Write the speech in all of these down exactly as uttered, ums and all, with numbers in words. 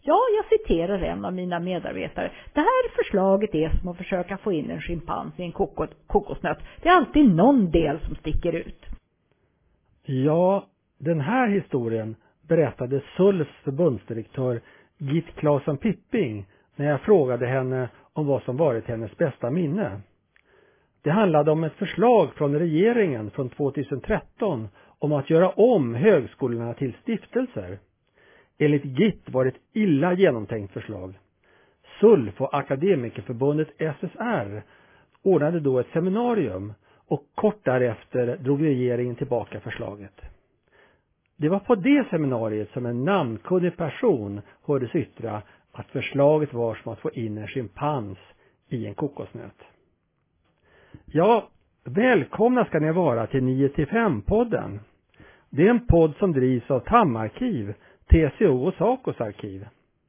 Ja, jag citerar en av mina medarbetare. Det här förslaget är som att försöka få in en schimpans i en kokos, kokosnöt. Det är alltid någon del som sticker ut. Ja, den här historien berättade S U L Fs förbundsdirektör Gitt Claesson Pipping när jag frågade henne om vad som varit hennes bästa minne. Det handlade om ett förslag från regeringen från tjugohundratretton om att göra om högskolorna till stiftelser. Enligt Gitt var det ett illa genomtänkt förslag. S U L F och Akademikerförbundet S S R ordnade då ett seminarium och kort därefter drog regeringen tillbaka förslaget. Det var på det seminariet som en namnkunnig person hördes yttra att förslaget var som att få in en schimpans i en kokosnöt. Ja, välkomna ska ni vara till nio till fem-podden. Det är en podd som drivs av TAM-arkiv, T C O och SACOs arkiv.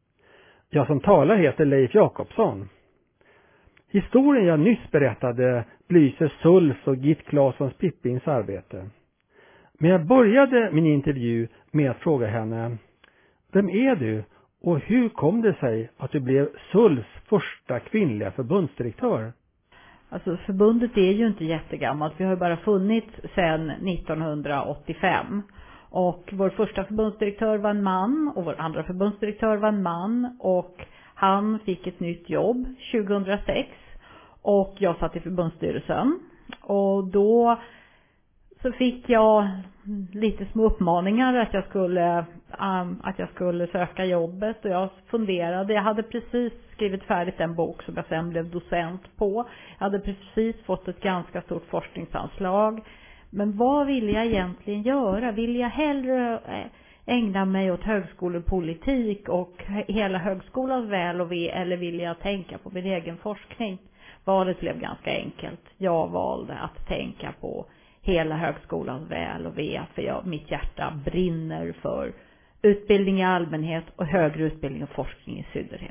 Jag som talar heter Leif Jakobsson. Historien jag nyss berättade belyser S U L F och Gitt Claessons Pippings arbete. Men jag började min intervju med att fråga henne: vem är du och hur kom det sig att du blev S U L Fs första kvinnliga förbundsdirektör? Alltså förbundet är ju inte jättegammalt. Vi har ju bara funnits sedan nittonhundraåttiofem. Och vår första förbundsdirektör var en man och vår andra förbundsdirektör var en man. Och han fick ett nytt jobb tjugohundrasex och jag satt i förbundsstyrelsen. Och då så fick jag lite små uppmaningar att jag skulle um, att jag skulle söka jobbet, och jag funderade. Jag hade precis skrivit färdigt en bok som jag sen blev docent på. Jag hade precis fått ett ganska stort forskningsanslag. Men vad ville jag egentligen göra? Ville jag hellre ägna mig åt högskolepolitik och hela högskolans väl och ve, eller ville jag tänka på min egen forskning? Valet blev ganska enkelt. Jag valde att tänka på hela högskolans väl och ve, för jag, mitt hjärta brinner för utbildning i allmänhet och högre utbildning och forskning i synnerhet.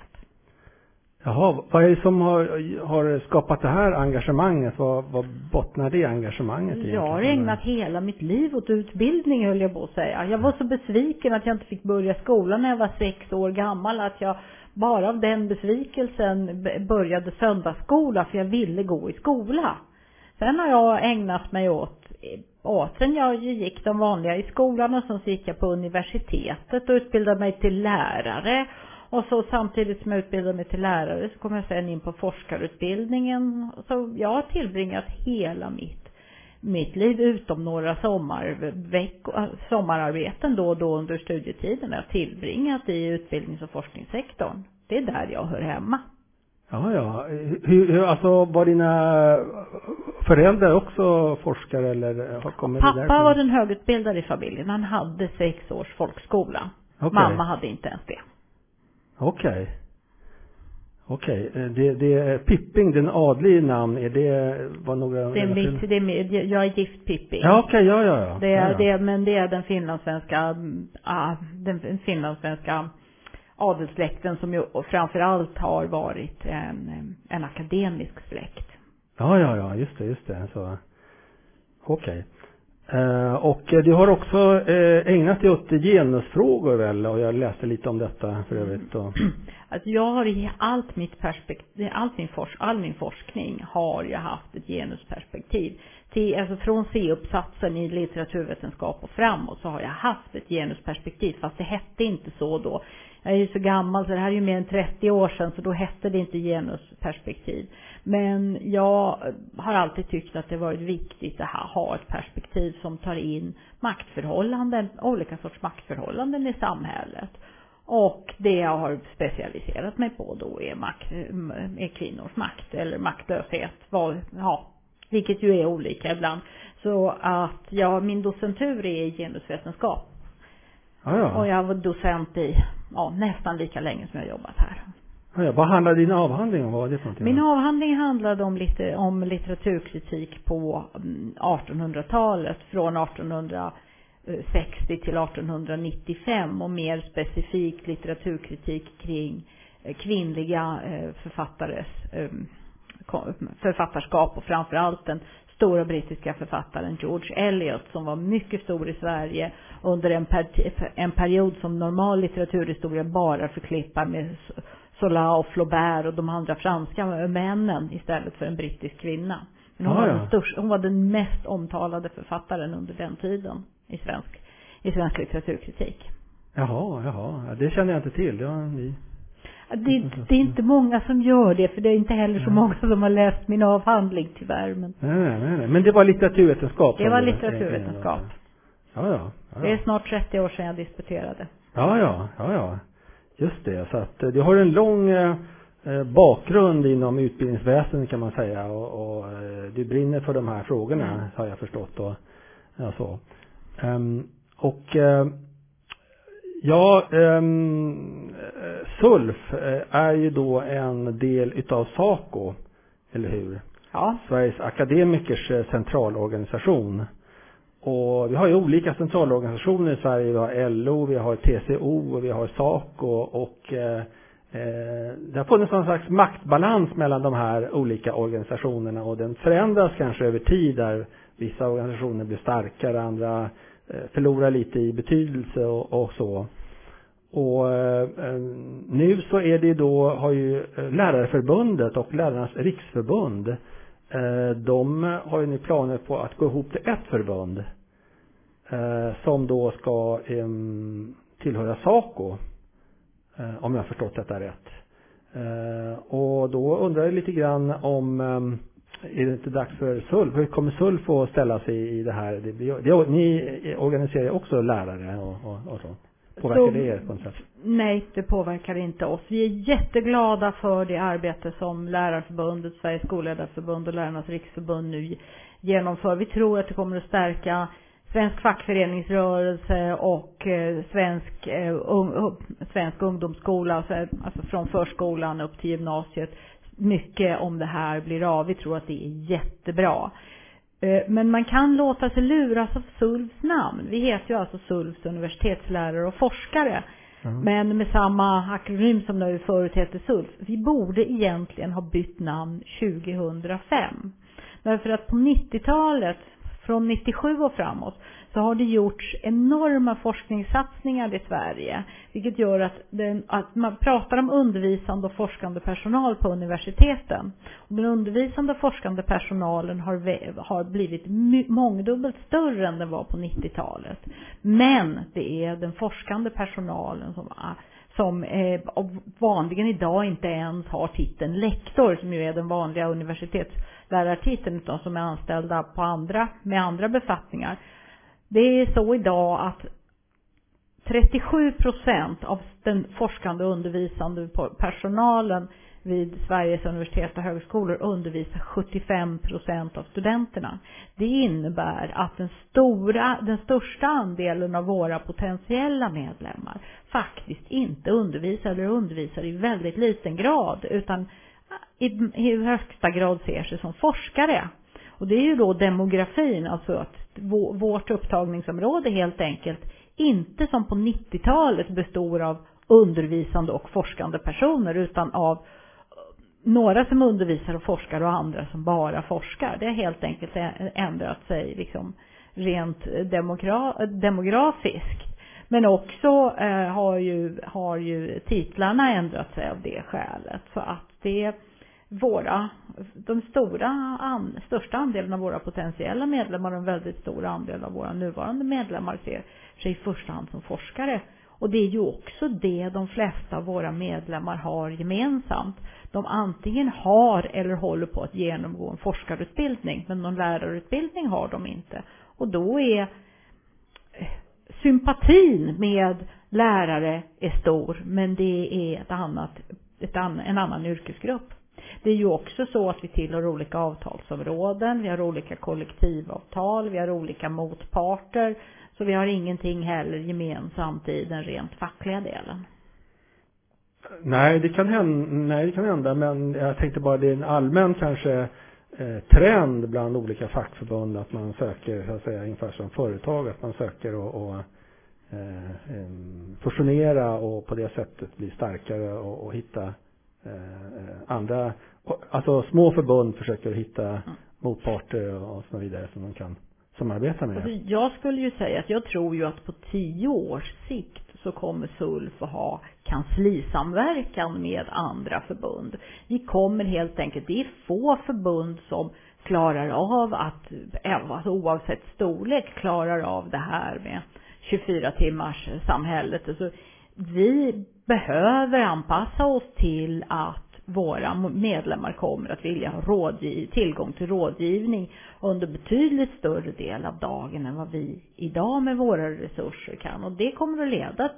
Jaha, vad är det som har, har skapat det här engagemanget? Vad, vad bottnar det engagemanget i? Jag har ägnat hela mitt liv åt utbildning, höll jag på att säga. Jag var så besviken att jag inte fick börja skolan när jag var sex år gammal, att jag bara av den besvikelsen började söndagsskola, för jag ville gå i skola. Sen har jag ägnat mig åt, åt sen jag gick de vanliga i skolan, och sen så gick jag på universitetet och utbildade mig till lärare. Och så samtidigt som jag utbildade mig till lärare så kom jag sen in på forskarutbildningen. Så jag har tillbringat hela mitt, mitt liv, utom några sommarveck, sommararbeten då och då under studietiden, jag har tillbringat i utbildnings- och forskningssektorn. Det är där jag hör hemma. Ja, ja. Hur, hur, alltså var dina föräldrar också forskare eller har kommit Pappa där? var den högutbildade i familjen. Han hade sex års folkskola. Okay. Mamma hade inte ens det. Okej. Okay. Okej. Okay. Det, det Pipping, den adlig namn, är det var några... Det är mitt, det är mitt, jag är gift Pipping. Ja, okej, okay, ja, ja, ja. Det är, ja, ja. Det, men det är den finlandssvenska, ah, den finlandssvenska adelssläkten som ju framförallt har varit en, en akademisk släkt. Ja, ja, ja, just det, just det. Så, okej. Okay. Uh, och du har också uh, ägnat dig åt genusfrågor väl, och jag läste lite om detta för övrigt. Och... Alltså jag har i allt mitt perspektiv, allt min forsk, all min forskning har jag haft ett genusperspektiv. Till, alltså från C-uppsatsen i litteraturvetenskap och framåt så har jag haft ett genusperspektiv, fast det hette inte så då. Jag är ju så gammal så det här är ju mer än trettio år sedan, så då hette det inte genusperspektiv. Men jag har alltid tyckt att det varit viktigt att ha ett perspektiv som tar in maktförhållanden, olika sorts maktförhållanden i samhället. Och det jag har specialiserat mig på då är, makt, är kvinnors makt eller maktlöshet. Vad, ja, vilket ju är olika ibland. Så att jag, min docentur är i genusvetenskap. Ja, ja. Och jag var docent i ja, nästan lika länge som jag jobbat här. Ja, ja. Vad handlade din avhandling om? Vad var det för någonting? Min avhandling handlade om, lite, om litteraturkritik på artonhundratalet, från artonhundrasextio till artonhundranittiofem, och mer specifikt litteraturkritik kring kvinnliga författares författarskap, och framförallt den stora brittiska författaren George Eliot, som var mycket stor i Sverige under en, per, en period som normal litteraturhistoria bara förklippar med Zola och Flaubert och de andra franska männen istället för en brittisk kvinna. Men hon, Ah, var ja. den största, hon var den mest omtalade författaren under den tiden i svensk, i svensk litteraturkritik. Jaha, jaha. Det känner jag inte till. Det var ni. Det, det är inte många som gör det, för det är inte heller så många som har läst min avhandling tyvärr. Men, Nej, nej, nej. Men det var litteraturvetenskap. det var litteraturvetenskap. Ja, ja, ja. Det är snart trettio år sedan jag disputerade. Ja, ja, ja, ja. Just det. Så att du har en lång eh, bakgrund inom utbildningsväsendet kan man säga. Och, och eh, du brinner för de här frågorna, mm. har jag förstått. Och, ja, så. Um, och eh, ja, um, SULF är ju då en del utav SACO, eller hur? Ja. Sveriges akademikers centralorganisation. Och vi har ju olika centralorganisationer i Sverige. Vi har L O, vi har T C O och vi har SACO. Och eh, det har funnits någon slags maktbalans mellan de här olika organisationerna. Och den förändras kanske över tid där vissa organisationer blir starkare, andra eh, förlorar lite i betydelse och, och så. Och eh, nu så är det då, har ju Lärarförbundet och Lärarnas riksförbund, eh, de har ju nu planer på att gå ihop till ett förbund eh, som då ska eh, tillhöra SACO, eh, om jag har förstått detta rätt. Eh, och då undrar jag lite grann om eh, är det inte dags för SULF? Hur kommer SULF att ställa sig i det här? Det, det, ni organiserar också lärare och, och, och så. Påverkar det er på något sätt? Nej, det påverkar inte oss. Vi är jätteglada för det arbete som Lärarförbundet, Sveriges skolledarförbund och Lärarnas riksförbund nu genomför. Vi tror att det kommer att stärka svensk fackföreningsrörelse och eh, svensk, eh, un, svensk ungdomsskola, alltså från förskolan upp till gymnasiet. Mycket om det här blir av. Vi tror att det är jättebra. Men man kan låta sig luras av SULFs namn. Vi heter ju alltså SULFs universitetslärare och forskare. Mm. Men med samma akronym som när vi förut hette SULF. Vi borde egentligen ha bytt namn tjugohundrafem. Därför att på nittiotalet, från nittiosju och framåt, så har det gjorts enorma forskningssatsningar i Sverige. Vilket gör att, den, att man pratar om undervisande och forskande personal på universiteten. Och den undervisande och forskande personalen har, har blivit mångdubbelt större än den var på nittiotalet. Men det är den forskande personalen som, som eh, vanligen idag inte ens har titeln lektor, som ju är den vanliga universitetslärartiteln, utan som är anställda på andra, med andra befattningar. Det är så idag att trettiosju procent av den forskande och undervisande personalen vid Sveriges universitet och högskolor undervisar sjuttiofem procent av studenterna. Det innebär att den, stora, den största andelen av våra potentiella medlemmar faktiskt inte undervisar eller undervisar i väldigt liten grad, utan i, i högsta grad ser sig som forskare. Och det är ju då demografin, alltså att vårt upptagningsområde helt enkelt inte som på nittiotalet består av undervisande och forskande personer, utan av några som undervisar och forskar och andra som bara forskar. Det har helt enkelt ändrat sig liksom rent demogra- demografiskt. Men också eh, har, ju, har ju titlarna ändrat sig av det skälet. Så att det våra, de stora, an, största andelen av våra potentiella medlemmar och en väldigt stor andel av våra nuvarande medlemmar ser sig i första hand som forskare. Och det är ju också det de flesta av våra medlemmar har gemensamt. De antingen har eller håller på att genomgå en forskarutbildning, men någon lärarutbildning har de inte. Och då är sympatin med lärare är stor, men det är ett annat, ett an, en annan yrkesgrupp. Det är ju också så att vi tillhör olika avtalsområden, vi har olika kollektivavtal, vi har olika motparter, så vi har ingenting heller gemensamt i den rent fackliga delen. Nej, det kan hända, nej, det kan hända, men jag tänkte bara det är en allmän kanske eh, trend bland olika fackförbund att man söker, så att säga, inför som företag, att man söker och, och eh, fusionera och på det sättet bli starkare och, och hitta Eh, andra, alltså små förbund försöker hitta motparter och så vidare som de kan samarbeta med. Alltså, jag skulle ju säga att jag tror ju att på tio års sikt så kommer S U L F att ha kanslisamverkan med andra förbund. Vi kommer helt enkelt, det är få förbund som klarar av att, alltså oavsett storlek, klarar av det här med tjugofyra timmars samhället. Alltså, vi behöver anpassa oss till att våra medlemmar kommer att vilja ha rådgiv- tillgång till rådgivning under betydligt större del av dagen än vad vi idag med våra resurser kan. Och det kommer att leda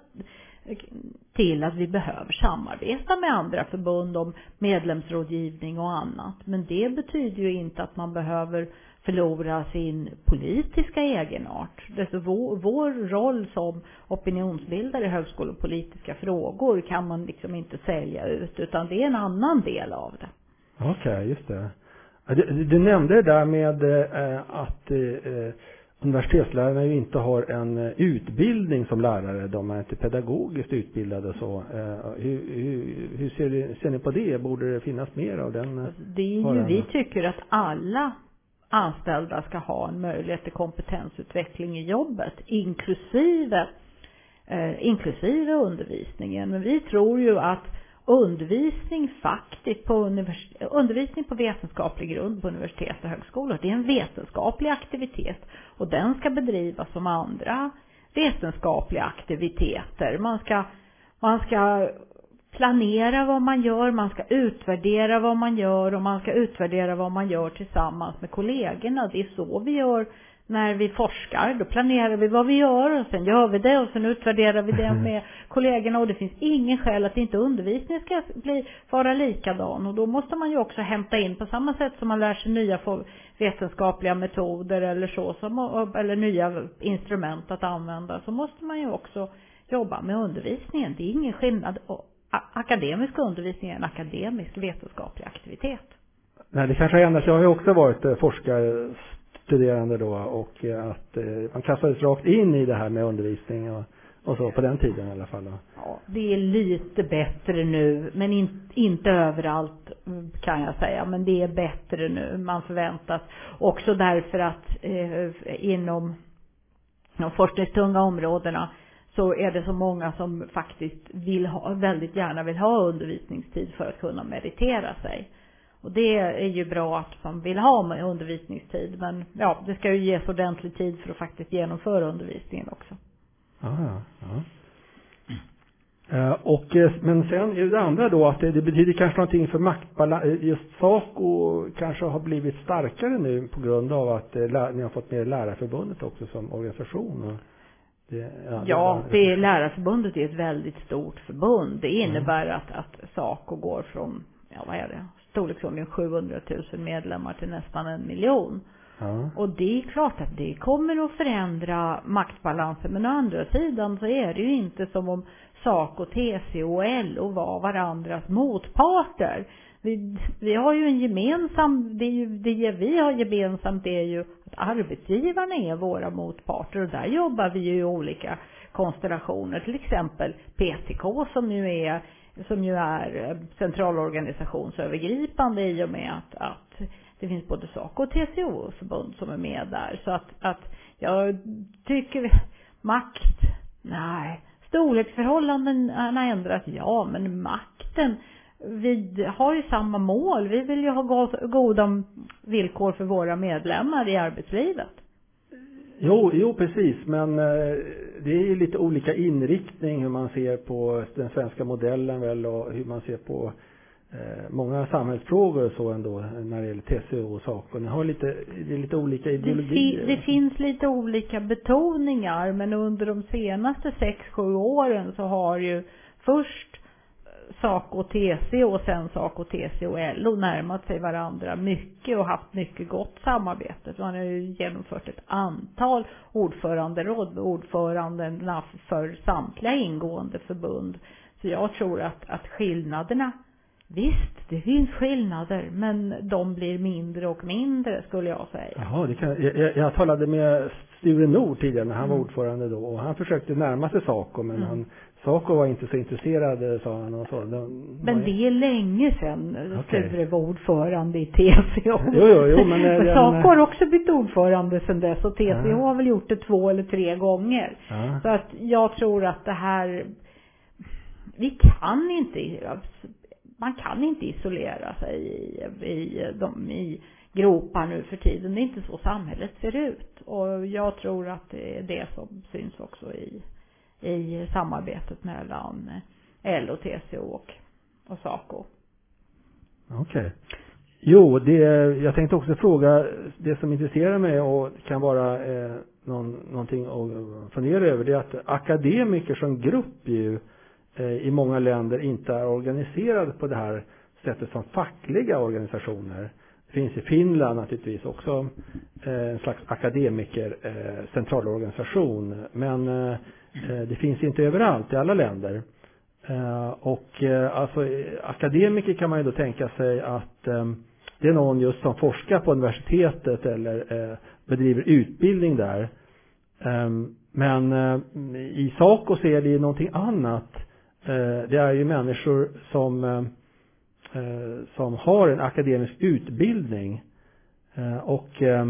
till att vi behöver samarbeta med andra förbund om medlemsrådgivning och annat. Men det betyder ju inte att man behöver förlora sin politiska egenart. Därför vår, vår roll som opinionsbildare i högskolepolitiska frågor kan man liksom inte sälja ut, utan det är en annan del av det. Okej, okay, just det. Du, du nämnde det där med eh, att eh, universitetslärarna ju inte har en utbildning som lärare. De är inte pedagogiskt utbildade. Så. Eh, hur hur, hur ser, ni, ser ni på det? Borde det finnas mer av den? Alltså, det är ju, vi tycker att alla anställda ska ha en möjlighet till kompetensutveckling i jobbet, inklusive, eh, inklusive undervisningen. Men vi tror ju att undervisning faktiskt på univers- undervisning på vetenskaplig grund på universitet och högskolor, det är en vetenskaplig aktivitet och den ska bedrivas som andra vetenskapliga aktiviteter. Man ska, man ska planera vad man gör, man ska utvärdera vad man gör och man ska utvärdera vad man gör tillsammans med kollegorna. Det är så vi gör när vi forskar. Då planerar vi vad vi gör och sen gör vi det och sen utvärderar vi det med kollegorna. Och det finns ingen skäl att inte undervisningen ska bli, vara likadan. Och då måste man ju också hämta in på samma sätt som man lär sig nya vetenskapliga metoder eller så, som, eller nya instrument att använda, så måste man ju också jobba med undervisningen. Det är ingen skillnad. Akademisk undervisning är en akademisk vetenskaplig aktivitet. Nej, det kanske ändras. Jag har ju också varit forskarstuderande då, och att man kastades rakt in i det här med undervisning och, och så på den tiden i alla fall. Då. Ja, det är lite bättre nu, men in, inte överallt kan jag säga, men det är bättre nu. Man förväntas också därför att eh, inom de forskningstunga områdena så är det så många som faktiskt vill ha, väldigt gärna vill ha undervisningstid för att kunna meritera sig. Och det är ju bra att man vill ha undervisningstid, men ja, det ska ju ges ordentlig tid för att faktiskt genomföra undervisningen också. Aha, ja. Uh, och, men sen är det andra då att det, det betyder kanske någonting för maktbalans. Just SACO kanske har blivit starkare nu på grund av att uh, ni har fått med Lärarförbundet också som organisation. Och det, ja, ja, det är, Lärarförbundet är ett väldigt stort förbund. Det innebär mm. att, att SACO går från, ja vad är det, storleksordningen sjuhundratusen medlemmar till nästan en miljon. Ja. Och det är klart att det kommer att förändra maktbalansen. Men å andra sidan så är det ju inte som om SACO, T C O och L O var varandras motparter. Vi, vi har ju en gemensam, det, är ju, det vi har gemensamt är ju att arbetsgivarna är våra motparter. Och där jobbar vi ju i olika konstellationer. Till exempel P T K som ju är, som ju är centralorganisationsövergripande i och med att, att det finns både SACO och T C O-förbund som är med där. Så att, att jag tycker makt, nej, storleksförhållandena ändras, ja, men makten, vi har ju samma mål. Vi vill ju ha goda villkor för våra medlemmar i arbetslivet. Jo, jo precis, men det är ju lite olika inriktning hur man ser på den svenska modellen väl, och hur man ser på eh, många samhällsfrågor och så ändå när det gäller T C O och SACO. Ni har lite, det är lite olika ideologier. Det, fi, det finns lite olika betoningar, men under de senaste sex sju åren så har ju först SACO och T C O och sen SACO, T C O och L O närmat sig varandra mycket och haft mycket gott samarbete. Man har ju genomfört ett antal ordföranderåd med ordförandena för samtliga ingående förbund. Så jag tror att, att skillnaderna, visst det finns skillnader, men de blir mindre och mindre skulle jag säga. Jaha, det kan, jag, jag talade med Sture Nord tidigare när han mm. var ordförande då, och han försökte närma sig SACO, men mm. han Saco var inte så intresserad, sa han. Och så. De, men det är länge sedan okay. Sture var ordförande i T C O. Jo, jo, jo, men, men Saco har också blivit ordförande sedan dess, och T C O ja. har väl gjort det två eller tre gånger. Ja. Så att jag tror att det här, vi kan inte, man kan inte isolera sig i, i, de, i gropar nu för tiden. Det är inte så samhället ser ut. Och jag tror att det är det som syns också i i samarbetet mellan L och T C O och, och Saco. Okej. Okay. Jo, det, jag tänkte också fråga, det som intresserar mig och kan vara eh, någon, någonting att fundera över, det är att akademiker som grupp ju eh, i många länder inte är organiserade på det här sättet som fackliga organisationer. Det finns i Finland naturligtvis också eh, en slags akademiker eh, centralorganisation, men eh, det finns inte överallt i alla länder. Eh, och eh, alltså akademiker kan man ju då tänka sig att eh, det är någon just som forskar på universitetet eller eh, bedriver utbildning där. Eh, men eh, i Saco så är det ju någonting annat. Eh, det är ju människor som eh, som har en akademisk utbildning. Eh, och eh,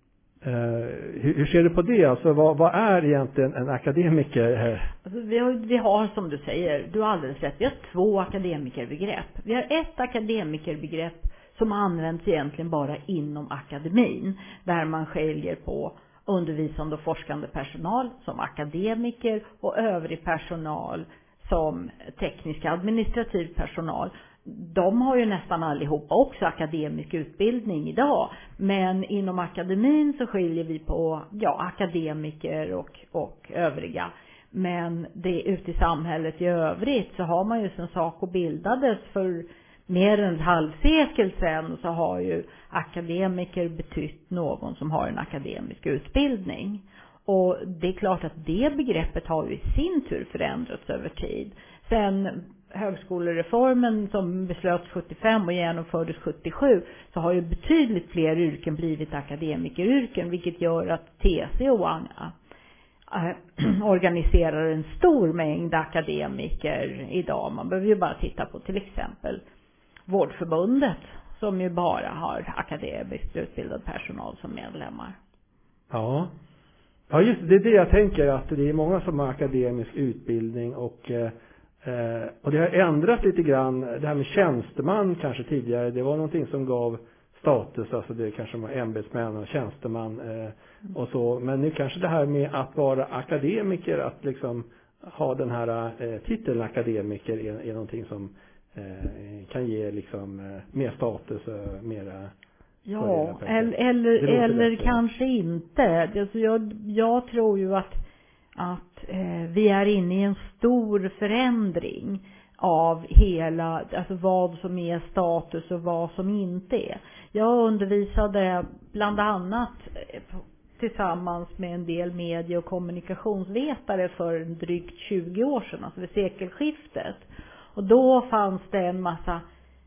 hur, hur ser du på det? Alltså vad, vad är egentligen en akademiker? Alltså, vi, har, vi har, som du säger, du har alldeles rätt, vi har två akademikerbegrepp. Vi har ett akademikerbegrepp som används egentligen bara inom akademin, där man skiljer på undervisande och forskande personal som akademiker och övrig personal som teknisk administrativ personal. De har ju nästan allihopa också akademisk utbildning idag, men inom akademin så skiljer vi på ja, akademiker och, och övriga. Men det ute i samhället i övrigt så har man ju sedan Saco bildades för mer än ett halvsekel sedan, så har ju akademiker betytt någon som har en akademisk utbildning. Och det är klart att det begreppet har ju i sin tur förändrats över tid. Sen högskolereformen som beslöts sjuttiofem och genomfördes sjuttiosju, så har ju betydligt fler yrken blivit akademikeryrken, vilket gör att T C O äh, organiserar en stor mängd akademiker idag. Man behöver ju bara titta på till exempel Vårdförbundet, som ju bara har akademiskt utbildad personal som medlemmar. Ja. Ja, just det är det jag tänker, att det är många som har akademisk utbildning och eh, och det har ändrat lite grann. Det här med tjänsteman kanske tidigare, det var någonting som gav status, alltså det kanske var ämbetsmän och tjänsteman eh, och så, men nu kanske det här med att vara akademiker, att liksom ha den här eh, titeln akademiker är, är någonting som eh, kan ge liksom eh, mer status och mera. Ja, eller, eller, eller kanske inte. Alltså jag, jag tror ju att, att eh, vi är inne i en stor förändring av hela, alltså vad som är status och vad som inte är. Jag undervisade bland annat tillsammans med en del medie- och kommunikationsvetare för drygt tjugo år sedan, alltså vid sekelskiftet. Och då fanns det en massa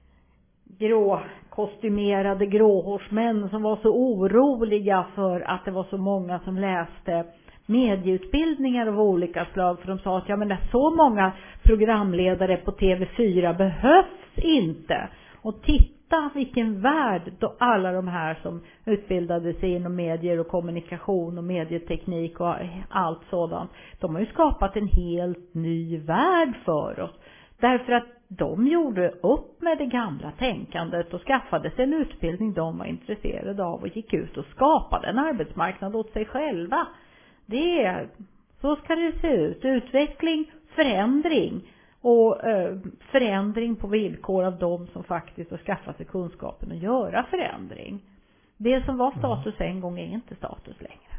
grå kostymerade gråhårsmän som var så oroliga för att det var så många som läste medieutbildningar av olika slag, för de sa att ja, men så många programledare på T V fyra behövs inte. Och titta vilken värld då alla de här som utbildade sig inom medier och kommunikation och medieteknik och allt sådant, de har ju skapat en helt ny värld för oss. Därför att de gjorde upp med det gamla tänkandet och skaffade sig en utbildning de var intresserade av och gick ut och skapade en arbetsmarknad åt sig själva. Det är, så ska det se ut. Utveckling, förändring och eh, förändring på villkor av de som faktiskt har skaffat sig kunskapen att göra förändring. Det som var status en gång är inte status längre.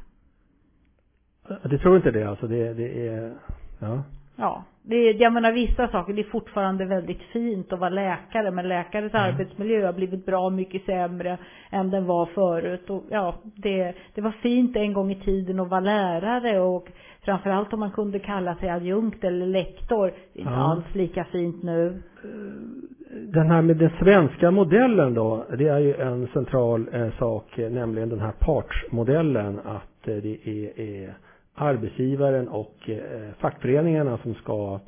Det tror inte det, alltså det, det är, ja. Ja, det är, jag menar vissa saker, det är fortfarande väldigt fint att vara läkare, men läkares mm. arbetsmiljö har blivit bra mycket sämre än den var förut. Och ja, det, det var fint en gång i tiden att vara lärare, och framförallt om man kunde kalla sig adjunkt eller lektor, det är inte ja. alls lika fint nu. Den här med den svenska modellen då, det är ju en central eh, sak, nämligen den här partsmodellen, att eh, det är, är arbetsgivaren och eh, fackföreningarna som ska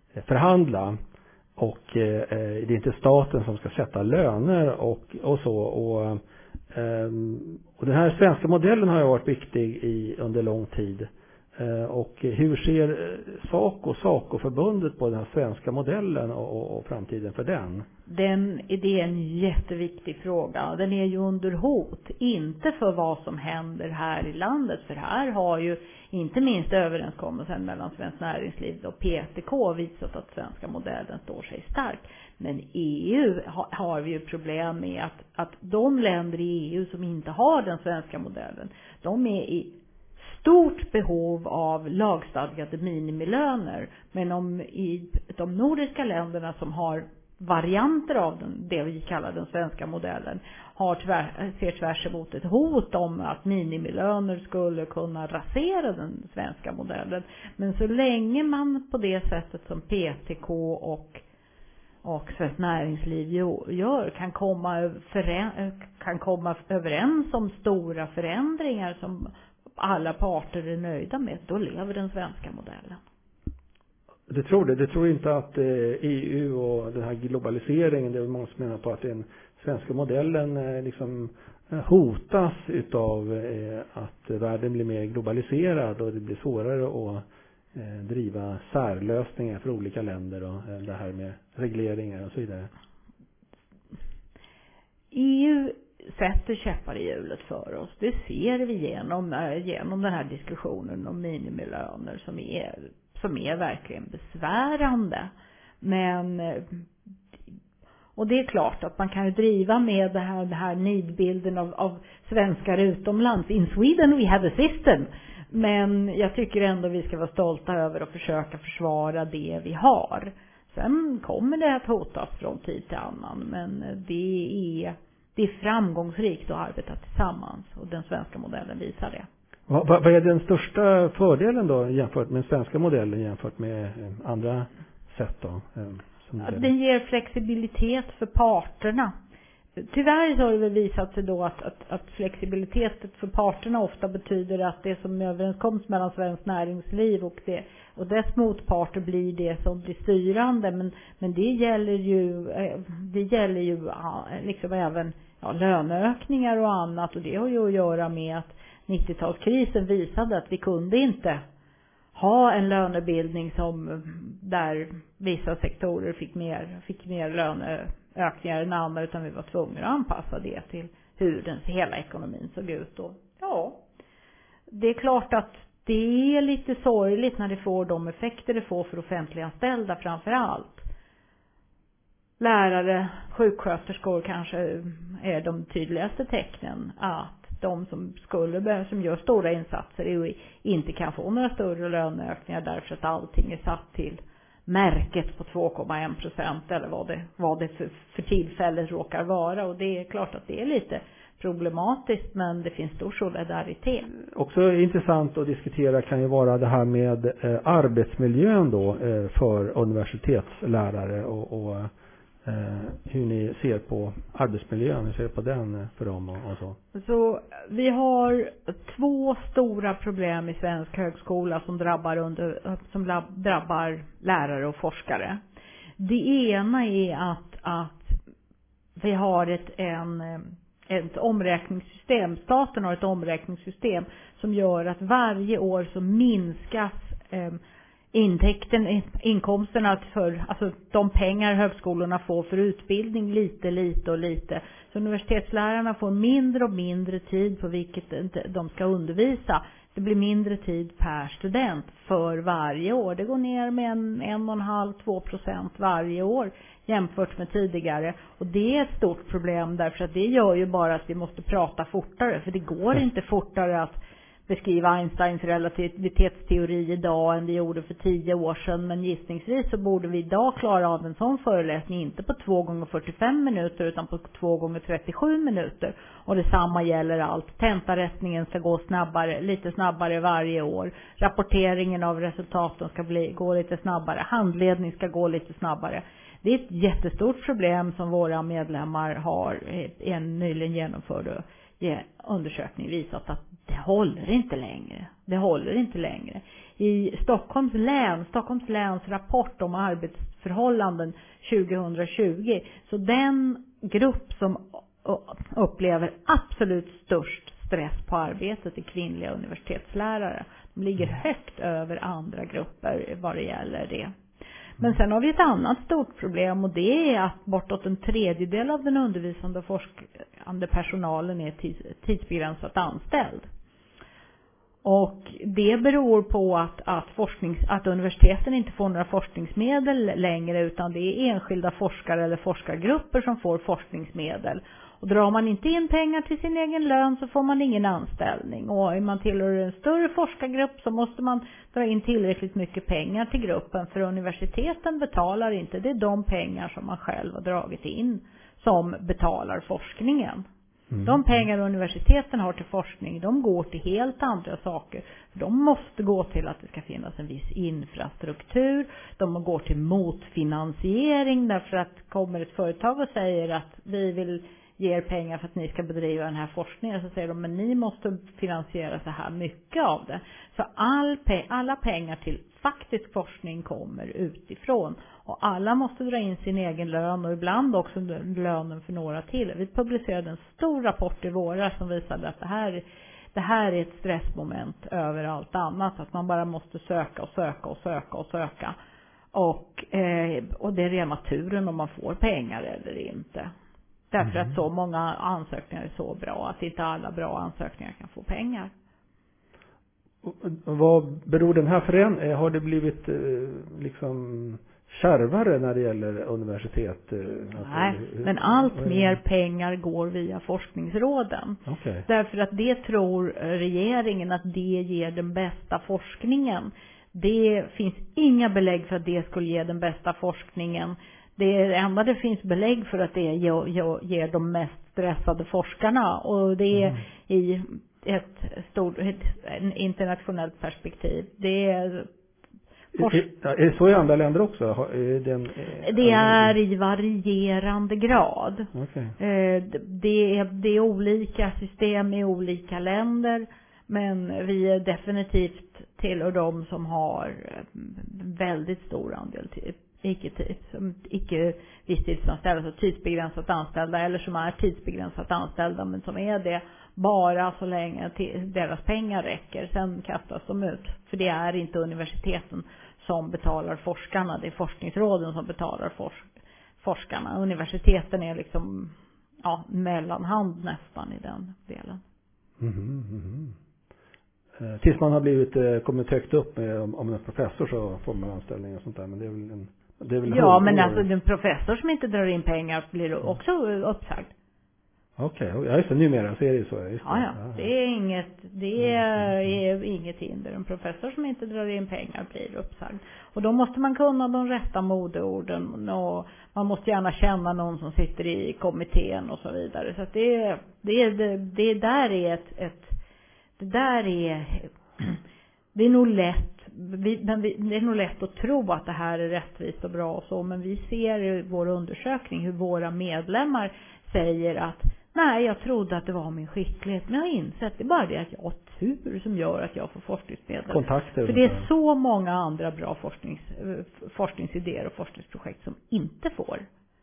förhandla. Och eh, det är inte staten som ska sätta löner och, och så. Och, eh, och den här svenska modellen har ju varit viktig i, under lång tid. Eh, och hur ser SACO, SACO-förbundet på den här svenska modellen och, och, och framtiden för den? Den, det är en jätteviktig fråga. Den är ju under hot. Inte för vad som händer här i landet. För här har ju inte minst överenskommelsen mellan Svenskt Näringsliv och P T K visat att svenska modellen står sig stark. Men E U har, har vi ju problem med att, att de länder i E U som inte har den svenska modellen, de är i stort behov av lagstadgade minimilöner. Men om i de nordiska länderna som har varianter av den, det vi kallar den svenska modellen, har tvär, ser tvärs emot ett hot om att minimilöner skulle kunna rasera den svenska modellen. Men så länge man på det sättet som P T K och och Svenskt Näringsliv gör kan komma, förä, kan komma överens om stora förändringar som alla parter är nöjda med, då lever den svenska modellen. Du tror det? Du tror inte att eh, E U och den här globaliseringen, det är många som menar på att den svenska modellen eh, liksom eh, hotas utav eh, att världen blir mer globaliserad och det blir svårare att eh, driva särlösningar för olika länder och eh, det här med regleringar och så vidare? E U sätter käppar i hjulet för oss. Det ser vi genom, genom den här diskussionen om minimilöner som är, som är verkligen besvärande. Men, och det är klart att man kan ju driva med det här, det här nidbilden av, av svenskar utomlands. In Sweden we have a system. Men jag tycker ändå vi ska vara stolta över och försöka försvara det vi har. Sen kommer det att hotas från tid till annan. Men det är... Det är framgångsrikt att arbeta tillsammans och den svenska modellen visar det. Vad, vad är den största fördelen då jämfört med den svenska modellen jämfört med andra sätt då? Som ja, den ger flexibilitet för parterna. Tyvärr så har det visat sig då att, att, att flexibilitet för parterna ofta betyder att det som överenskoms mellan Svenskt Näringsliv och, det, och dess motparter blir det som blir styrande. Men, men det gäller ju, det gäller ju liksom även ja, löneökningar och annat. Och det har ju att göra med att nittiotalskrisen visade att vi kunde inte ha en lönebildning som där vissa sektorer fick mer, fick mer löneökningar än andra, utan vi var tvungna att anpassa det till hur den hela ekonomin såg ut. Och ja, det är klart att det är lite sorgligt när det får de effekter det får för offentliganställda framför allt. Lärare, sjuksköterskor kanske är de tydligaste tecknen att de som skulle som gör stora insatser inte kan få några större löneökningar därför att allting är satt till märket på två komma en procent eller vad det, vad det för, för tillfället råkar vara. Och det är klart att det är lite problematiskt, men det finns stor solidaritet. Också intressant att diskutera kan ju vara det här med eh, arbetsmiljön då eh, för universitetslärare och, och eh, hur ni ser på arbetsmiljön, hur ser på den för dem och, och så. Så vi har två stora problem i svensk högskola som drabbar, under, som drabbar lärare och forskare. Det ena är att, att vi har ett, en, ett omräkningssystem, staten har ett omräkningssystem som gör att varje år så minskas eh, intäkten, inkomsterna för, alltså de pengar högskolorna får för utbildning lite, lite och lite. Så universitetslärarna får mindre och mindre tid på vilket de ska undervisa. Det blir mindre tid per student för varje år. Det går ner med en, en och en halv, två procent varje år jämfört med tidigare. Och det är ett stort problem därför att det gör ju bara att vi måste prata fortare. För det går inte fortare att beskriva Einsteins relativitetsteori idag än vi gjorde för tio år sedan. Men gissningsvis så borde vi idag klara av en sån föreläsning inte på två gånger fyrtiofem minuter utan på två gånger trettiosju minuter. Och detsamma gäller allt. Tentarättningen ska gå snabbare, lite snabbare varje år. Rapporteringen av resultaten ska bli, gå lite snabbare. Handledning ska gå lite snabbare. Det är ett jättestort problem som våra medlemmar har i en nyligen genomförd undersökning visat att det håller inte längre. Det håller inte längre. I Stockholms län, Stockholms läns rapport om arbetsförhållanden tjugohundratjugo, så den grupp som upplever absolut störst stress på arbetet är kvinnliga universitetslärare. De ligger högt över andra grupper vad det gäller det. Men sen har vi ett annat stort problem, och det är att bortåt en tredjedel av den undervisande och forskande personalen är tids, tidsbegränsat anställd. Och det beror på att, att, forsknings, att universiteten inte får några forskningsmedel längre, utan det är enskilda forskare eller forskargrupper som får forskningsmedel. Och drar man inte in pengar till sin egen lön så får man ingen anställning. Och är man tillhör en större forskargrupp så måste man dra in tillräckligt mycket pengar till gruppen. För universiteten betalar inte, det är de pengar som man själv har dragit in som betalar forskningen. Mm. De pengar universiteten har till forskning, de går till helt andra saker. De måste gå till att det ska finnas en viss infrastruktur. De går till motfinansiering, därför att kommer ett företag och säger att vi vill ge er pengar för att ni ska bedriva den här forskningen, så säger de, men ni måste finansiera så här mycket av det. Så all pe- alla pengar till faktisk forskning kommer utifrån, och alla måste dra in sin egen lön och ibland också lönen för några till. Vi publicerade en stor rapport i våras som visade att det här, det här är ett stressmoment över allt annat, att man bara måste söka och söka och söka och söka. Och, eh, och det är rena turen om man får pengar eller inte. Därför mm. att så många ansökningar är så bra att inte alla bra ansökningar kan få pengar. Och vad beror den här förändringen? Har det blivit liksom kärvare när det gäller universitet? Nej, alltså, men allt mer pengar går via forskningsråden. Okay. Därför att det tror regeringen att det ger den bästa forskningen. Det finns inga belägg för att det skulle ge den bästa forskningen. Det enda det finns belägg för att det ger de mest stressade forskarna, och det är mm. i ett stort ett, ett internationellt perspektiv. Det är, forsk- är det så i andra länder också? Är den, är det är i varierande grad. Okay. Det är, det är olika system i olika länder, men vi är definitivt tillhör de som har väldigt stor andel till icke, som icke visstidsanställda, alltså tidsbegränsat anställda, eller som är tidsbegränsat anställda men som är det bara så länge deras pengar räcker. Sen kastas de ut, för det är inte universiteten som betalar forskarna, det är forskningsråden som betalar forsk- forskarna. Universiteten är liksom ja, mellanhand nästan i den delen. Mm-hmm, mm-hmm. Tills man har blivit kommit högt upp med, om, om en professor så får man anställning och sånt där, men det är väl en Det är väl ja, men år. Alltså den professor som inte drar in pengar blir också uppsagd. Okej, okay. Ja, just det, numera så är det ju så. Just ja, ja, ja, det är inget, det är, är inget hinder. En professor som inte drar in pengar blir uppsagd. Och då måste man kunna de rätta modeorden, och man måste gärna känna någon som sitter i kommittén och så vidare. Så att det, det, det, det där är ett, ett det där är det är nog lätt Vi, men vi, det är nog lätt att tro att det här är rättvist och bra och så, men vi ser i vår undersökning hur våra medlemmar säger att nej, jag trodde att det var min skicklighet, men jag har insett det är bara det att jag har tur som gör att jag får forskningsmedel. Kontakter. För det är så många andra bra forsknings, forskningsidéer och forskningsprojekt som inte får.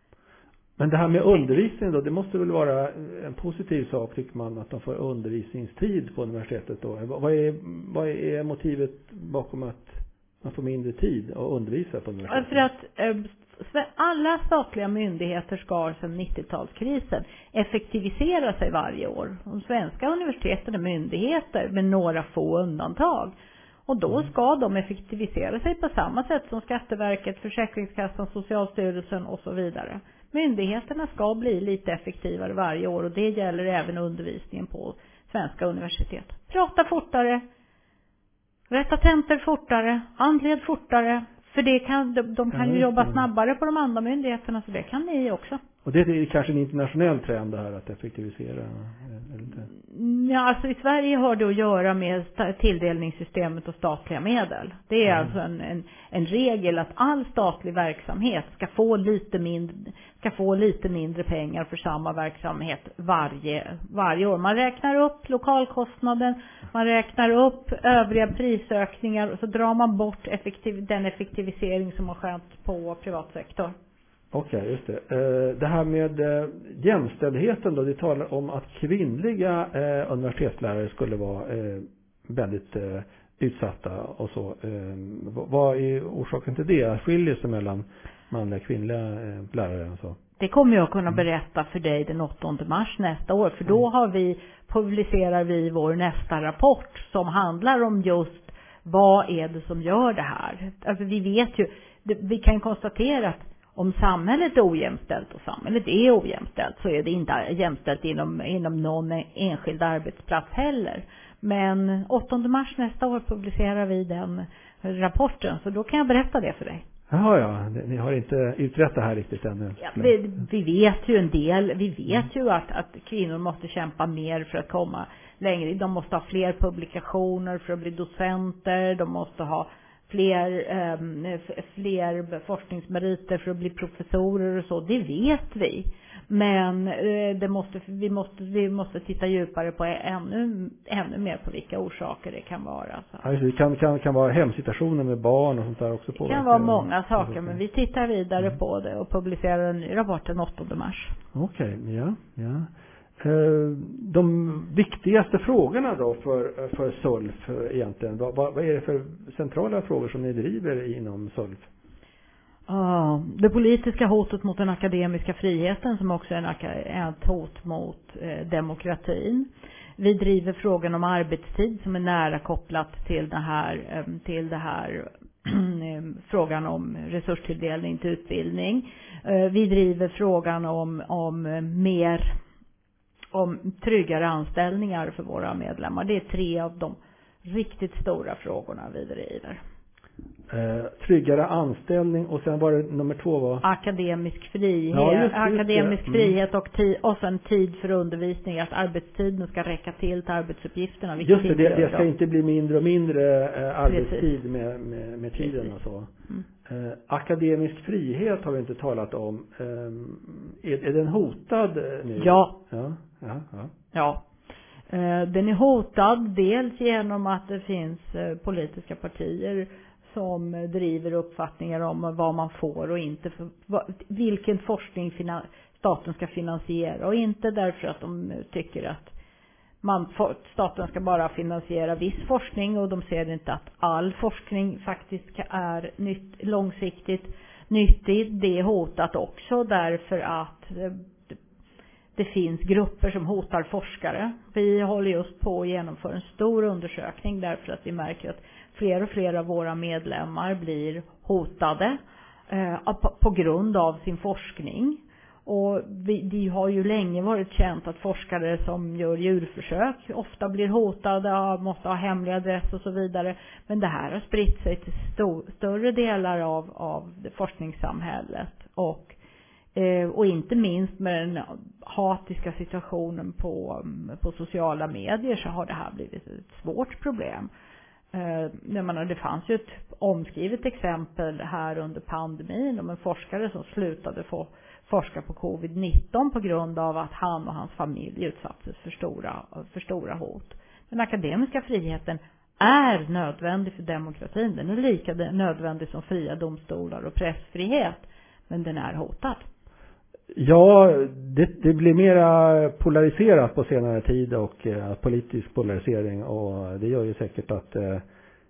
Men det här med undervisning då, det måste väl vara en positiv sak, tycker man, att de får undervisningstid på universitetet då. Vad är, vad är motivet bakom att man får mindre tid att undervisa på universitetet? För att eh, alla statliga myndigheter ska sedan nittiotalskrisen effektivisera sig varje år. De svenska universiteten är myndigheter med några få undantag. Och då ska de effektivisera sig på samma sätt som Skatteverket, Försäkringskassan, Socialstyrelsen och så vidare. Myndigheterna ska bli lite effektivare varje år, och det gäller även undervisningen på svenska universitet. Prata fortare, rätta tentor fortare, handled fortare, för det kan, de, de kan ju jobba snabbare på de andra myndigheterna, så det kan ni också. Och det är kanske en internationell trend det här att effektivisera? Eller inte? Ja, alltså i Sverige har det att göra med tilldelningssystemet och statliga medel. Det är mm. alltså en, en, en regel att all statlig verksamhet ska få lite mindre, ska få lite mindre pengar för samma verksamhet varje, varje år. Man räknar upp lokalkostnaden, man räknar upp övriga prisökningar och så drar man bort effektiv, den effektivisering som har skett på privatsektor. Okej, okay, just det. Det här med jämställdheten då, det talar om att kvinnliga universitetslärare skulle vara väldigt utsatta och så. Vad är orsaken till det? Skiljer sig mellan manliga och kvinnliga lärare och så? Det kommer jag kunna berätta för dig den åttonde mars nästa år, för då har vi, publicerar vi vår nästa rapport som handlar om just vad är det som gör det här. Alltså vi vet ju, vi kan konstatera att om samhället är ojämställt och samhället är ojämställt så är det inte jämställt inom, inom någon enskild arbetsplats heller. Men åttonde mars nästa år publicerar vi den rapporten, så då kan jag berätta det för dig. Jaha, ja. Ni har inte utrett det här riktigt ännu. Ja, vi, vi vet ju en del. Vi vet ju att, att kvinnor måste kämpa mer för att komma längre. De måste ha fler publikationer för att bli docenter. De måste ha fler, um, fler forskningsmeriter för att bli professorer och så. Det vet vi. Men uh, det måste, vi, måste, vi måste titta djupare på ännu, ännu mer på vilka orsaker det kan vara. Så. Ja, det kan, kan, kan vara hemsituationer med barn och sånt där också. Det kan vara många saker, men vi tittar vidare mm. på det och publicerar en ny rapport den åttonde mars. Okej, okay, ja, ja. De viktigaste frågorna då för, för S U L F egentligen, vad, vad är det för centrala frågor som ni driver inom S U L F? Uh, det politiska hotet mot den akademiska friheten som också är ett hot mot eh, demokratin. Vi driver frågan om arbetstid som är nära kopplat till det här, eh, till det här frågan om resurstilldelning till utbildning. Uh, vi driver frågan om, om mer om tryggare anställningar för våra medlemmar. Det är tre av de riktigt stora frågorna vi driver. Eh, tryggare anställning och sen var det nummer två var? Akademisk frihet, ja, just, just akademisk det. frihet och, ti- och sen tid för undervisning, att arbetstiden ska räcka till till arbetsuppgifterna. Just det, det, det ska inte bli mindre och mindre eh, arbetstid med, med, med tiden Precis. Och så. Mm. Eh, akademisk frihet har vi inte talat om. Eh, är, är den hotad nu? Ja. Ja, ja, ja. ja. Eh, den är hotad dels genom att det finns eh, politiska partier som driver uppfattningar om vad man får och inte, för, vad, vilken forskning finan, staten ska finansiera och inte därför att de tycker att man, staten ska bara finansiera viss forskning och de ser inte att all forskning faktiskt är nytt, långsiktigt nyttig. Det är hotat också därför att det, det finns grupper som hotar forskare. Vi håller just på att genomföra en stor undersökning därför att vi märker att fler och fler av våra medlemmar blir hotade eh, på, på grund av sin forskning. Och vi, det har ju länge varit känt att forskare som gör djurförsök ofta blir hotade, måste ha hemlig adress och så vidare. Men det här har spritt sig till stor, större delar av, av det forskningssamhället. Och, eh, och inte minst med den hatiska situationen på, på sociala medier så har det här blivit ett svårt problem. Jag menar, det fanns ju ett omskrivet exempel här under pandemin om en forskare som slutade få forska på covid nitton på grund av att han och hans familj utsattes för stora, för stora hot. Den akademiska friheten är nödvändig för demokratin. Den är lika nödvändig som fria domstolar och pressfrihet, men den är hotad. Ja, det, det blir mera polariserat på senare tid och eh, politisk polarisering och det gör ju säkert att eh,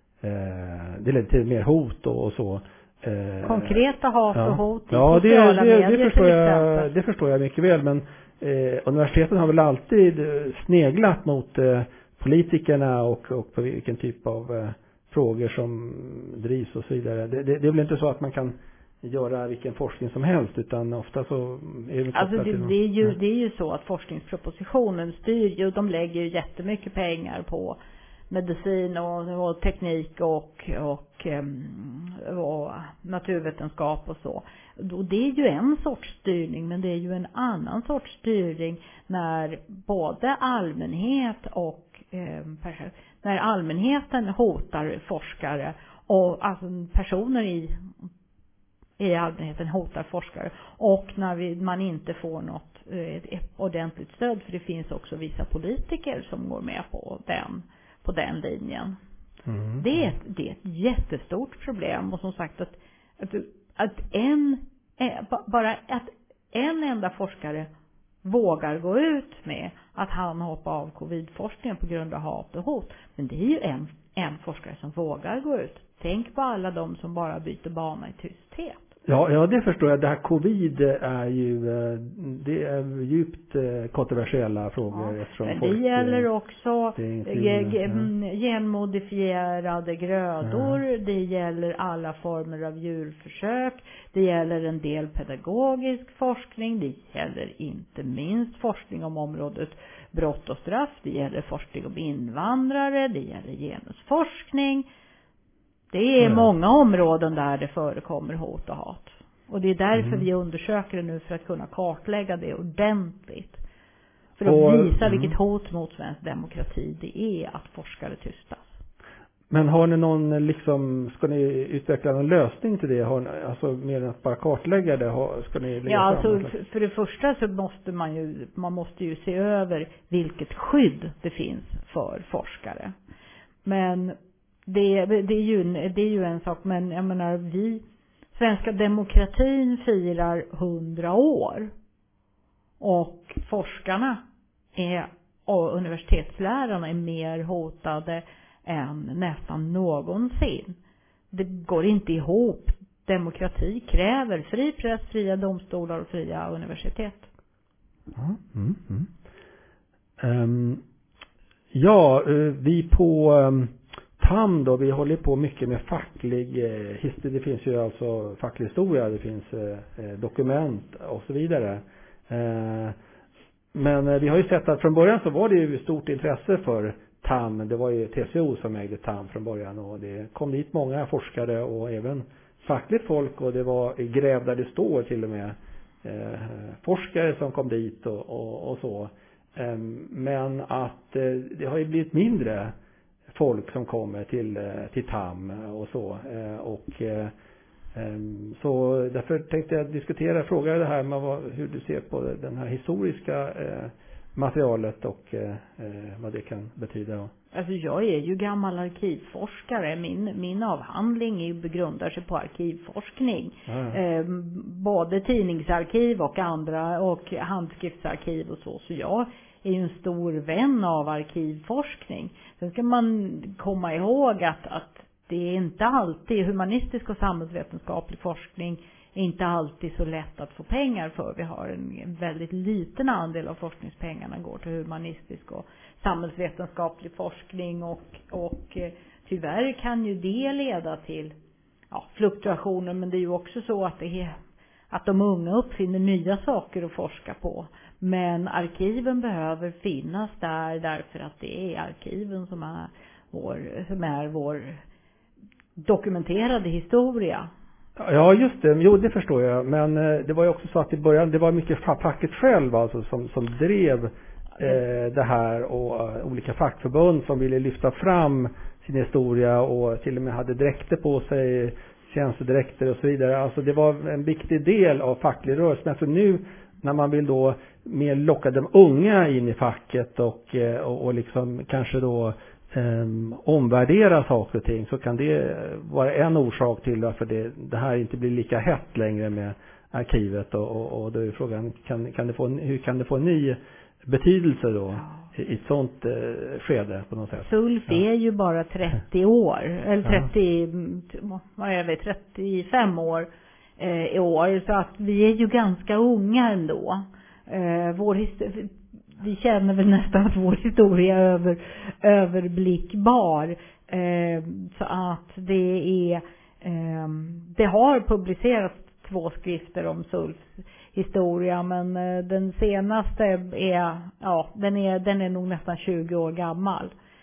det leder till mer hot och, och så. Eh, Konkreta hat ja. och hot i ja, sociala det, det, medier det förstår till jag, det förstår jag mycket väl, men eh, universiteten har väl alltid sneglat mot eh, politikerna och, och på vilken typ av eh, frågor som drivs och så vidare. Det, det, det är väl inte så att man kan göra vilken forskning som helst utan ofta så är det alltså det, det, är ju, ja. det är ju så att forskningspropositionen styr ju, de lägger ju jättemycket pengar på medicin och, och teknik och, och, och naturvetenskap och så. Och det är ju en sorts styrning, men det är ju en annan sorts styrning när både allmänhet och eh, när allmänheten hotar forskare och alltså personer i i allmänheten hotar forskare och när vi, man inte får något eh, ordentligt stöd, för det finns också vissa politiker som går med på den på den linjen. Mm. Det är ett, det är ett jättestort problem, och som sagt att att, att en bara att en enda forskare vågar gå ut med att han hoppar av covidforskningen på grund av hat och hot, men det är ju en en forskare som vågar gå ut. Tänk på alla de som bara byter bana i tysthet. Ja, ja, det förstår jag. Det här covid är ju det är djupt kontroversiella frågor. Ja, eftersom men folk, det gäller också det ge, genmodifierade grödor, ja. Det gäller alla former av djurförsök, det gäller en del pedagogisk forskning, det gäller inte minst forskning om området brott och straff, det gäller forskning om invandrare, det gäller genusforskning. Det är mm. många områden där det förekommer hot och hat. Och det är därför mm. vi undersöker det nu, för att kunna kartlägga det ordentligt. För att och, visa mm. vilket hot mot svensk demokrati det är att forskare tystas. Men har ni någon, liksom, ska ni utveckla någon lösning till det? Har ni, alltså mer än att bara kartlägga det, har, ska ni lägga Ja, fram alltså för, för det första så måste man ju, man måste ju se över vilket skydd det finns för forskare. Men Det, det, är ju, det är ju en sak, men jag menar, vi, svenska demokratin firar hundra år. Och forskarna är, och universitetslärarna är mer hotade än nästan någonsin. Det går inte ihop. Demokrati kräver fri press, fria domstolar och fria universitet. Mm, mm. Um, ja, vi på... Um T A M då, vi håller på mycket med facklig eh, historia. Det finns ju alltså facklig historia, det finns eh, dokument och så vidare. Eh, men eh, vi har ju sett att från början så var det ju stort intresse för T A M. Det var ju T C O som ägde T A M från början, och det kom dit många forskare och även fackligt folk, och det var gräv där det står till och med eh, forskare som kom dit och, och, och så. Eh, men att eh, det har ju blivit mindre folk som kommer till, till T A M och så. Och så därför tänkte jag diskutera, fråga det här med vad, hur du ser på den här historiska materialet och vad det kan betyda. Alltså jag är ju gammal arkivforskare. Min, min avhandling grundar sig på arkivforskning. Mm. Eh, både tidningsarkiv och andra och handskriftsarkiv och så. Så jag är ju en stor vän av arkivforskning. Sen ska man komma ihåg att, att det är inte alltid, humanistisk och samhällsvetenskaplig forskning är inte alltid så lätt att få pengar för. Vi har en väldigt liten andel av forskningspengarna går till humanistisk och samhällsvetenskaplig forskning, och, och tyvärr kan ju det leda till ja, fluktuationer, men det är ju också så att det är att de unga uppfinner nya saker att forska på. Men arkiven behöver finnas där därför att det är arkiven som är vår, som är vår dokumenterade historia. Ja, just det. Jo, det förstår jag. Men eh, det var ju också så att i början, det var mycket facket själv alltså, som, som drev eh, det här, och uh, olika fackförbund som ville lyfta fram sin historia och till och med hade dräkter på sig, tjänstedräkter och så vidare. Alltså det var en viktig del av facklig rörelse. Men alltså nu när man vill då mer locka de unga in i facket och, och, och liksom kanske då Um, omvärdera saker och ting, så kan det vara en orsak till varför det, det här inte blir lika hett längre med arkivet, och, och, och då är frågan, kan, kan det få en, hur kan det få en ny betydelse då i, i ett sånt uh, skede på något sätt? Sulf ja. är ju bara trettio år eller trettio, ja. vad är det, trettiofem år eh, i år, så att vi är ju ganska unga ändå. Eh, vår historia, vi känner väl nästan att vår historia är över, överblickbar. Eh, så att det är eh, det har publicerats två skrifter om Sulfs historia, men eh, den senaste är ja, den är den är nog nästan tjugo år gammal.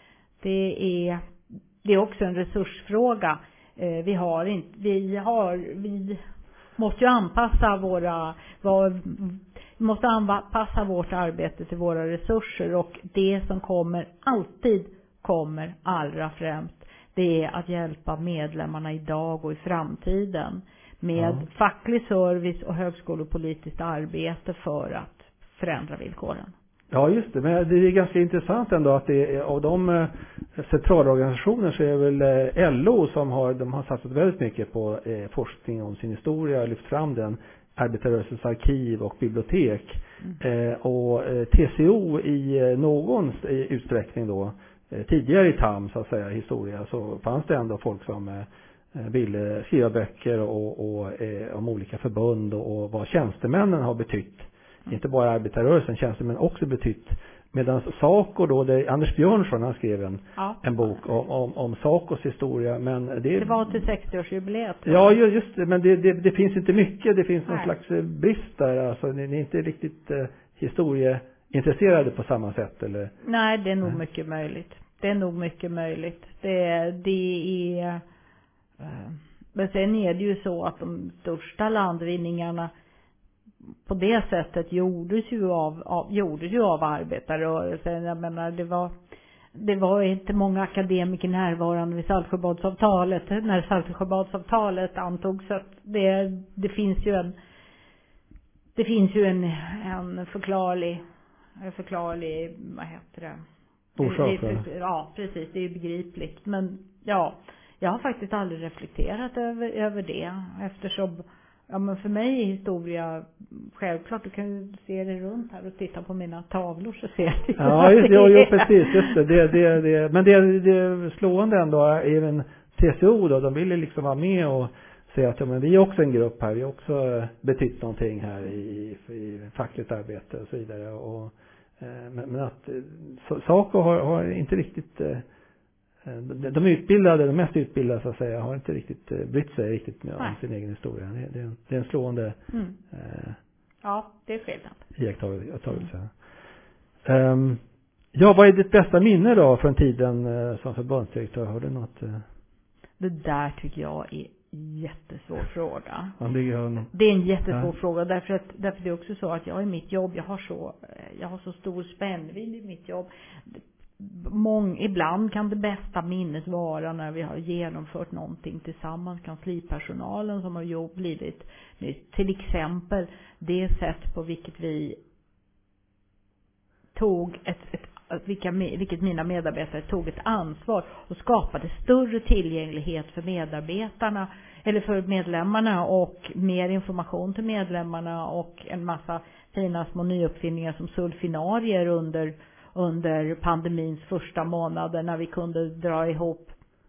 Det är, det är också en resursfråga. Vi har inte, vi har, vi måste ju anpassa våra, var, vi måste anpassa vårt arbete till våra resurser, och det som kommer, alltid kommer allra främst, det är att hjälpa medlemmarna idag och i framtiden med ja. facklig service och högskolepolitiskt arbete för att förändra villkoren. Ja, just det. Men det är ganska intressant ändå att det är, av de centralorganisationer så är väl L O som har, de har satsat väldigt mycket på eh, forskning om sin historia, lyft fram den, arbetarrörelsens arkiv och bibliotek. Mm. Eh, och eh, T C O i eh, någon i utsträckning då, eh, tidigare i T A M så att säga, historia, så fanns det ändå folk som eh, ville skriva böcker och, och eh, om olika förbund och, och vad tjänstemännen har betytt. Inte bara arbetarrörelsen, tjänstemän också betytt. Medan SACO då, det Anders Björnsson, han skrev en, ja. en bok om, om, om SACOs historia. Men det, det var till sextioårsjubileet. Ja, just det, men det, det, det finns inte mycket. Det finns någon Nej. slags brist där. Alltså, ni, ni är inte riktigt eh, historieintresserade på samma sätt, eller? Nej, det är nog Nej. mycket möjligt. Det är nog mycket möjligt. Det, det är... Uh, men sen är det ju så att de största landvinningarna på det sättet gjordes ju av, av gjordes ju av arbetarrörelsen. Jag menar, det var det var inte många akademiker närvarande vid Saltsjöbadsavtalet när Saltsjöbadsavtalet antogs, så att det det finns ju en det finns ju en en förklarlig en förklarlig vad heter det? Orsak. Ja, precis, det är ju begripligt, men ja, jag har faktiskt aldrig reflekterat över över det, eftersom ja, men för mig är historia självklart. Du kan ju se det runt här och titta på mina tavlor så ser du. Ja, just, ja, ja, precis. Just det. Det, det, det. Men det, det slående ändå, även T C O då, de ville liksom vara med och säga att ja, men vi är också en grupp här. Vi har också betytt någonting här i, i fackligt arbete och så vidare. Och, men, men att SACO har, har inte riktigt... De utbildade, de mest utbildade så att säga, har inte riktigt brytt sig riktigt med om sin egen historia. Det, det, är, en, det är en slående mm. eh, ja, det är skillnad. Iakttagelse. Mm. Um, ja, vad är ditt bästa minne då från tiden eh, som förbundsdirektör? Har du något? Eh? Det där tycker jag är en jättesvår fråga. Ja, det, är, det är en jättesvår ja. fråga därför att därför det är också så att jag i mitt jobb, jag har så jag har så stor spännvidd i mitt jobb. Mång, ibland kan det bästa minnet vara när vi har genomfört någonting tillsammans, kanslipersonalen som har ju blivit till exempel det sätt på vilket vi tog ett, ett vilka, vilket mina medarbetare tog ett ansvar och skapade större tillgänglighet för medarbetarna eller för medlemmarna och mer information till medlemmarna och en massa fina små nyuppfinningar som sulfinarier under under pandemins första månader när vi kunde dra ihop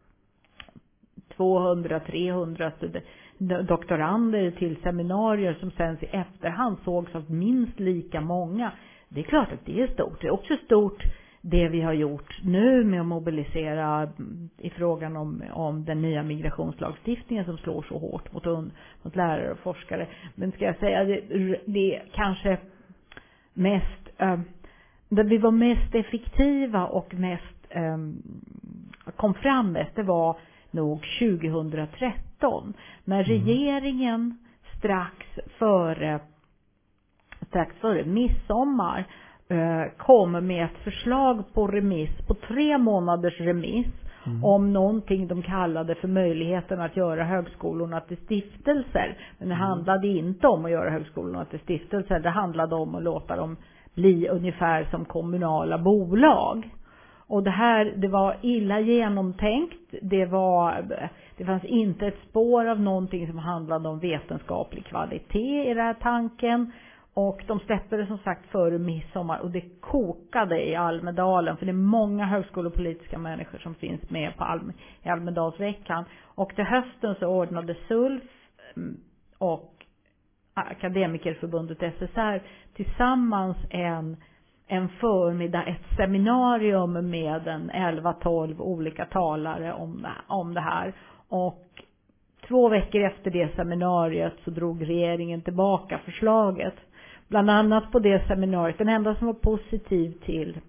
tvåhundra till trehundra doktorander till seminarier som sen i efterhand sågs av minst lika många. Det är klart att det är stort. Det är också stort det vi har gjort nu med att mobilisera i frågan om, om den nya migrationslagstiftningen som slår så hårt mot, mot lärare och forskare. Men ska jag säga, det, det är kanske mest... Äh, där vi var mest effektiva och mest um, kom fram mest, det var nog tjugohundratretton när regeringen strax före strax före midsommar uh, kom med ett förslag på remiss, på tre månaders remiss mm. om någonting de kallade för möjligheten att göra högskolorna till stiftelser. Men det mm. handlade inte om att göra högskolorna till stiftelser, det handlade om att låta dem bli ungefär som kommunala bolag. Och det här, det var illa genomtänkt. Det var, det fanns inte ett spår av någonting som handlade om vetenskaplig kvalitet i den här tanken. Och de släppte det som sagt före midsommar och det kokade i Almedalen. För det är många högskolepolitiska människor som finns med på Alm- i Almedalsveckan. Och till hösten så ordnade S U L F och Akademikerförbundet S S R tillsammans en, en förmiddag, ett seminarium med en elva tolv olika talare om, om det här. Och två veckor efter det seminariet så drog regeringen tillbaka förslaget. Bland annat på det seminariet, den enda som var positiv till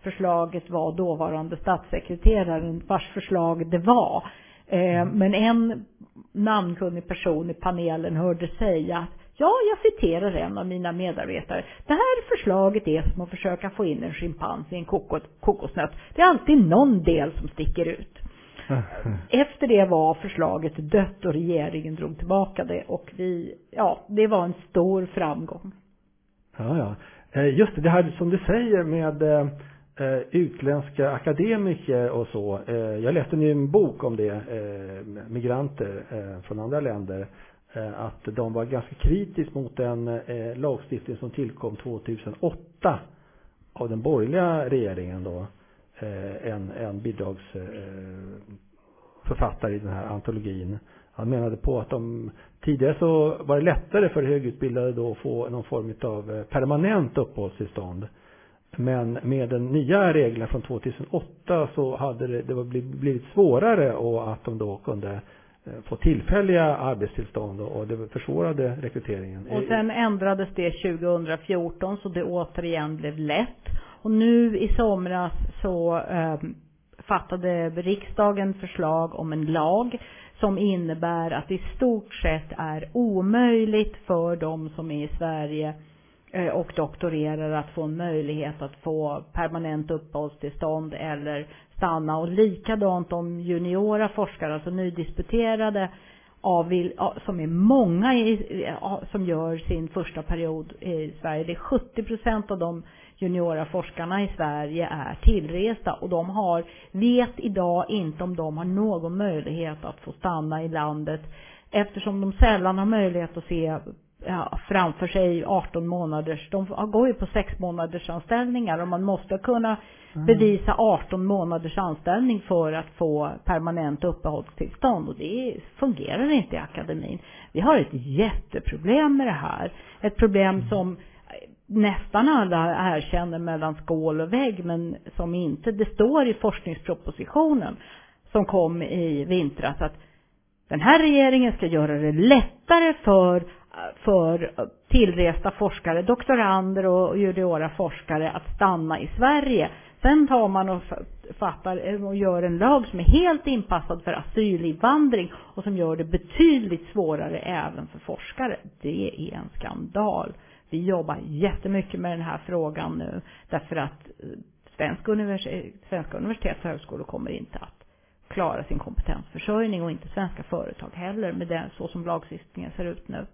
förslaget var dåvarande statssekreteraren vars förslag det var. Eh, men en namnkunnig person i panelen hörde säga att ja, jag citerar en av mina medarbetare. Det här förslaget är som att försöka få in en schimpans i en kokos, kokosnöt. Det är alltid någon del som sticker ut. Efter det var förslaget dött och regeringen drog tillbaka det. Och vi, ja, det var en stor framgång. Ja, ja. Just det, det här som du säger med eh, utländska akademiker och så. Eh, jag läste nu en bok om det, eh, migranter eh, från andra länder. Att de var ganska kritisk mot en eh, lagstiftning som tillkom tjugohundraåtta av den borgerliga regeringen då. Eh, en, en bidragsförfattare eh, i den här antologin. Han menade på att de tidigare så var det lättare för högutbildade då att få någon form av permanent uppehållstillstånd. Men med den nya reglerna från tjugohundraåtta så hade det, det var blivit svårare och att de då kunde få tillfälliga arbetstillstånd och det försvårade rekryteringen. Och sen ändrades det tjugohundrafjorton så det återigen blev lätt. Och nu i somras så eh, fattade riksdagen förslag om en lag som innebär att det i stort sett är omöjligt för de som är i Sverige eh, och doktorerar att få en möjlighet att få permanent uppehållstillstånd eller stanna. Och likadant om juniora forskare, alltså nydisputerade av, som är många i, som gör sin första period i Sverige. Det är sjuttio procent av de juniora forskarna i Sverige är tillresta och de har, vet idag inte om de har någon möjlighet att få stanna i landet eftersom de sällan har möjlighet att se ja, framför sig arton månaders, de går ju på sex månaders anställningar och man måste kunna bevisa arton månaders anställning för att få permanent uppehållstillstånd och det fungerar inte i akademin. Vi har ett jätteproblem med det här. Ett problem som nästan alla erkänner mellan skål och vägg men som inte, det står i forskningspropositionen som kom i vintras att den här regeringen ska göra det lättare för för tillresta forskare, doktorander och juniora forskare att stanna i Sverige. Sen tar man och fattar och gör en lag som är helt inpassad för asylinvandring och som gör det betydligt svårare även för forskare. Det är en skandal. Vi jobbar jättemycket med den här frågan nu därför att svenska universitet, svenska universitet och högskolor kommer inte att klara sin kompetensförsörjning och inte svenska företag heller med den så som lagstiftningen ser ut nu.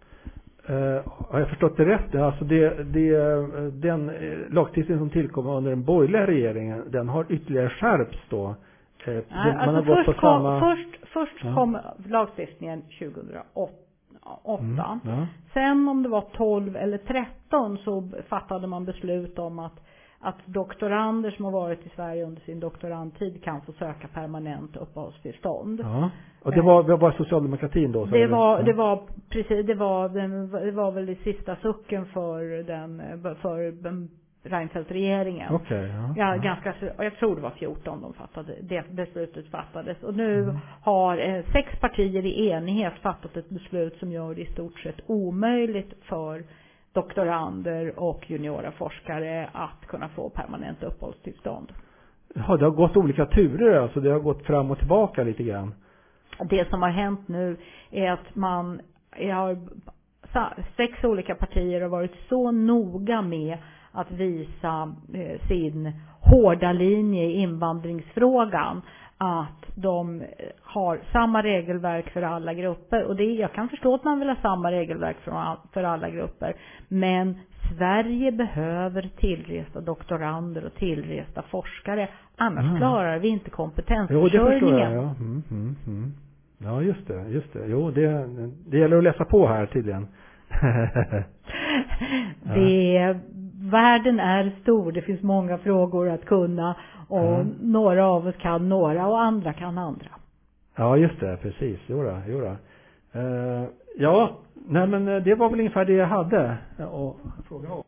Uh, har jag förstått det rätt? Alltså det, det, den lagstiftning som tillkom under den borgerliga regeringen, den har ytterligare skärpts då? Uh, Nej, den, alltså man har gått först, på samma... kom, först, först ja. kom lagstiftningen tjugohundraåtta. Mm, ja. Sen om det var tolv eller tretton så fattade man beslut om att att doktorander som har varit i Sverige under sin doktorandtid kan få söka permanent uppehållstillstånd. Ja. Och det var, det var socialdemokratin då? Det var, det var precis, det var, det var väl det sista sucken för den, för Reinfeldt-regeringen. Okay, ja, ja, ja. Ganska, jag tror det var fjorton de fattade, det beslutet fattades. Och nu mm. har eh, sex partier i enighet fattat ett beslut som gör det i stort sett omöjligt för doktorander och juniora forskare att kunna få permanent uppehållstillstånd. Ja, det har gått olika turer, alltså det har gått fram och tillbaka lite grann. Det som har hänt nu är att man har sex olika partier har varit så noga med att visa eh, sin hårda linje i invandringsfrågan att de har samma regelverk för alla grupper. Och det, jag kan förstå att man vill ha samma regelverk för, för alla grupper. Men Sverige behöver tillresta doktorander och tillresta forskare. Annars mm. klarar vi inte kompetensförsörjningen. Jo, det förstår jag. Ja, mm, mm, mm. Ja just det. Just det. Jo, det, det gäller att läsa på här tydligen. det, världen är stor. Det finns många frågor att kunna. Och mm. några av oss kan några och andra kan andra. Ja, just det. Precis. Jodå, jodå. Uh, ja, nej men det var väl ungefär det jag hade att fråga om.